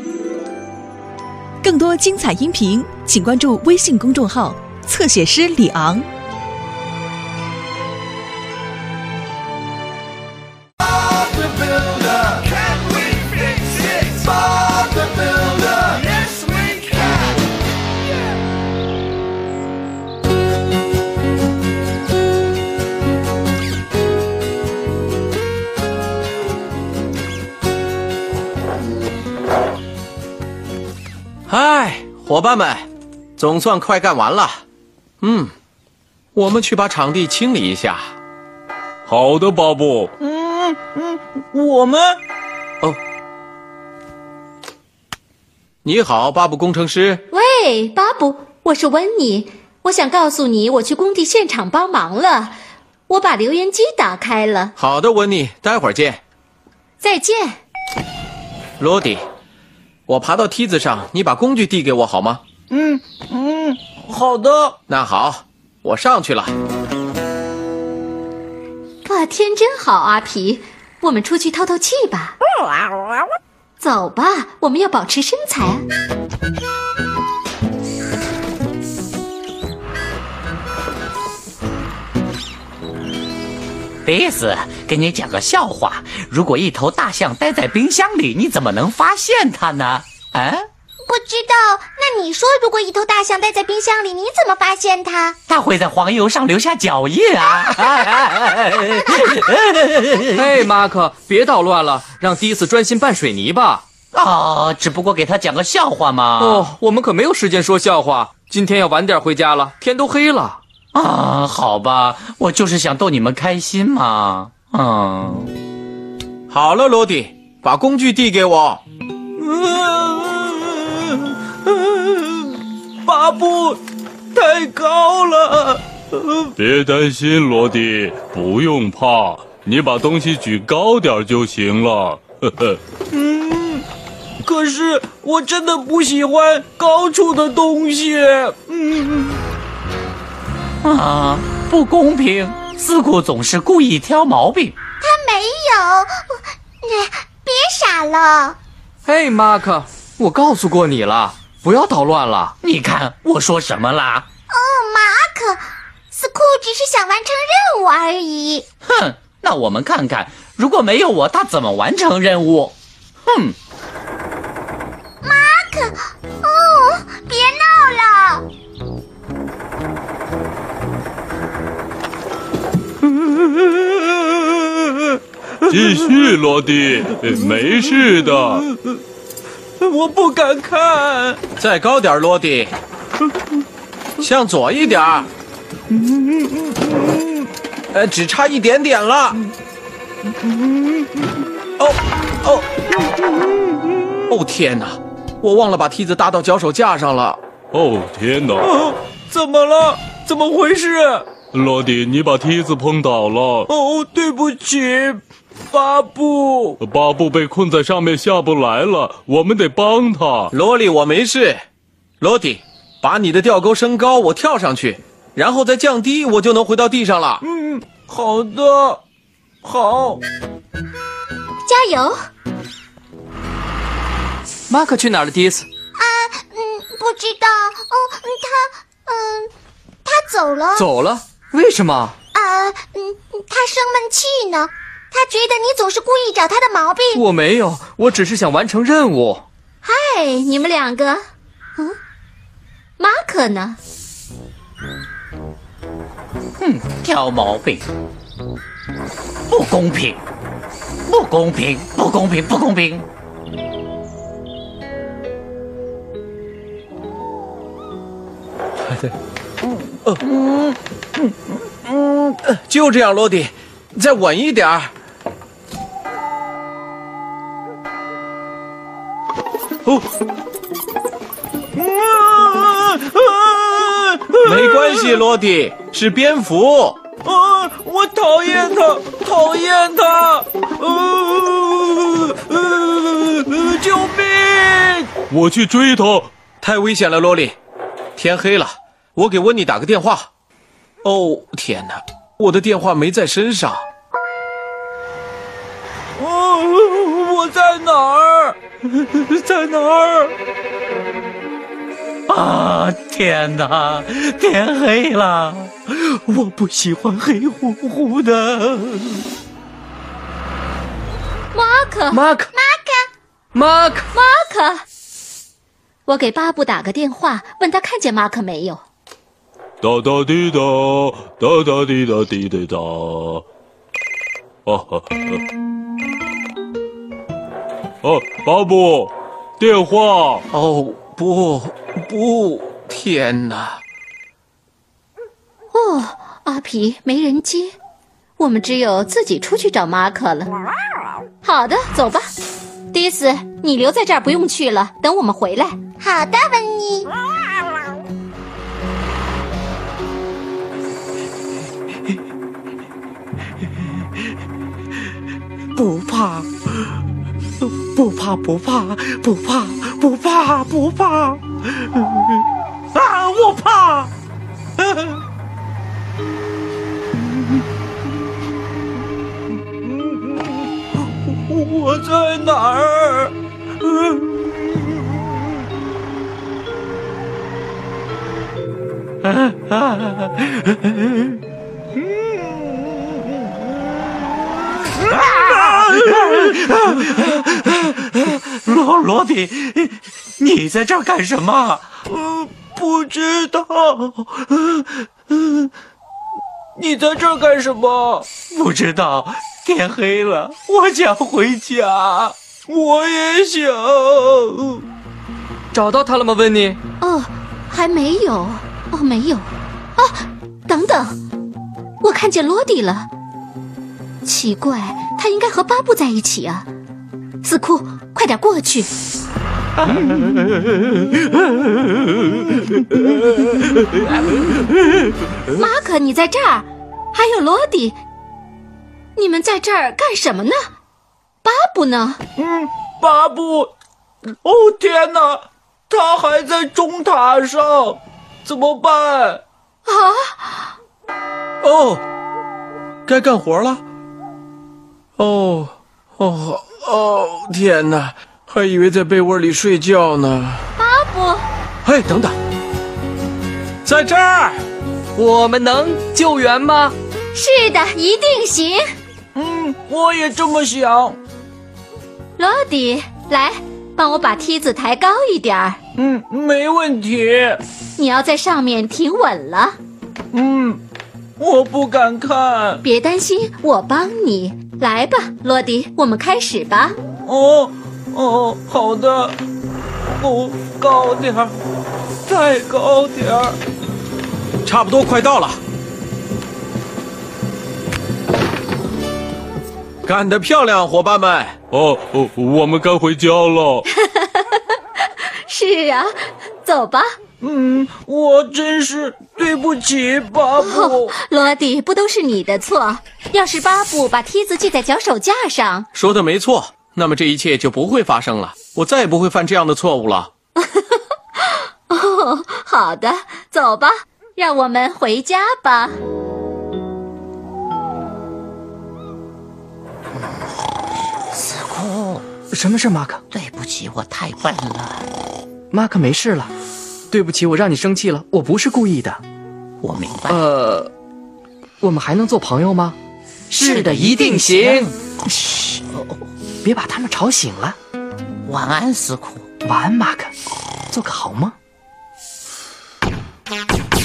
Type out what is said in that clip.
更多精彩音频，请关注微信公众号“侧写师李昂”。 嗨，伙伴们，总算快干完了。我们去把场地清理一下。 好的，巴布。 我们？ 哦，你好，巴布工程师。 喂，巴布，我是温妮。我想告诉你，我去工地现场帮忙了。我把留言机打开了。 好的，温妮，待会儿见。 再见。 罗迪，我爬到梯子上，你把工具递给我好吗？ 好的。 那好，我上去了。 哇，天真好，阿皮，我们出去透透气吧。走吧，我们要保持身材啊。 迪斯，给你讲个笑话，如果一头大象待在冰箱里，你怎么能发现它呢？ 不知道，那你说如果一头大象待在冰箱里，你怎么发现它？ 它会在黄油上留下脚印啊！ 嘿，马克，别捣乱了，让迪斯专心拌水泥吧。 只不过给他讲个笑话嘛。 我们可没有时间说笑话，今天要晚点回家了，天都黑了。 好吧，我就是想逗你们开心嘛。 好了，罗迪，把工具递给我。 巴布，太高了。 别担心，罗迪，不用怕，你把东西举高点就行了。 可是我真的不喜欢高处的东西。 不公平，斯库总是故意挑毛病。 他没有，别傻了。 嘿，马克，我告诉过你了，不要捣乱了。 你看我说什么啦？ 马克，斯库只是想完成任务而已。 哼，那我们看看，如果没有我，他怎么完成任务？ 马克，别闹了。 继续，罗迪，没事的。 我不敢看。 再高点，罗迪。向左一点。只差一点点了。天哪，我忘了把梯子搭到脚手架上了。 天哪。 怎么了？怎么回事？ 罗迪，你把梯子碰倒了。 对不起，巴布。 巴布被困在上面下不来了，我们得帮他。 罗莉，我没事。罗迪，把你的吊钩升高，我跳上去，然后再降低，我就能回到地上了。 好的，好。 加油。 马克去哪儿了，迪斯？ 不知道。他走了。 走了？为什么？ 他生闷气呢。他觉得你总是故意找他的毛病。 我没有，我只是想完成任务。 嗨，你们两个。马克呢？ 挑毛病，不公平，不公平，不公平，不公平。 就这样，罗迪，再稳一点儿。没关系，罗迪，是蝙蝠。 我讨厌他，讨厌他！救命！ 我去追他。 太危险了，罗莉。天黑了，我给温妮打个电话。天哪，我的电话没在身上。 我在哪儿？ 在哪儿？啊！天哪，天黑了，我不喜欢黑乎乎的。 马克， 我给巴布打个电话，问他看见马克没有。 哒哒滴哒，哒哒滴哒滴滴哒。巴布，电话。 哦，不，天哪！ 哦，阿皮没人接，我们只有自己出去找马可了。好的，走吧。迪斯，你留在这儿不用去了，等我们回来。 好的，温妮。 不怕，啊！我怕。我在哪儿？罗迪，你在这儿干什么？不知道。你在这儿干什么？不知道。天黑了，我想回家。我也想。 找到他了吗，温妮？ 哦，还没有。哦，没有。啊，等等，我看见罗迪了。奇怪，他应该和巴布在一起啊。斯库，快点过去。马可，你在这儿，还有罗迪，你们在这儿干什么呢？巴布呢？ 巴布，哦天哪，他还在钟塔上，怎么办？ 啊！ 哦，该干活了。天哪，还以为在被窝里睡觉呢。 巴布， 嘿，等等，在这儿， 我们能救援吗？ 是的，一定行。 我也这么想。 罗迪，来，帮我把梯子抬高一点儿。 没问题。 你要在上面停稳了。 我不敢看。 别担心，我帮你。来吧，罗迪，我们开始吧。 好的。高点儿，再高点儿。 差不多快到了。干得漂亮，伙伴们！ 我们该回家了。 是啊，走吧。 我真是对不起，巴布。 罗迪，不都是你的错？要是巴布把梯子系在脚手架上， 说的没错，那么这一切就不会发生了，我再也不会犯这样的错误了。 好的，走吧，让我们回家吧。 斯库， 什么事，马克？ 对不起，我太笨了。 马克没事了，对不起，我让你生气了，我不是故意的。 我明白。 我们还能做朋友吗？ 是的，一定行。 嘘，别把他们吵醒了。 晚安，斯库。 晚安，马克，做个好梦。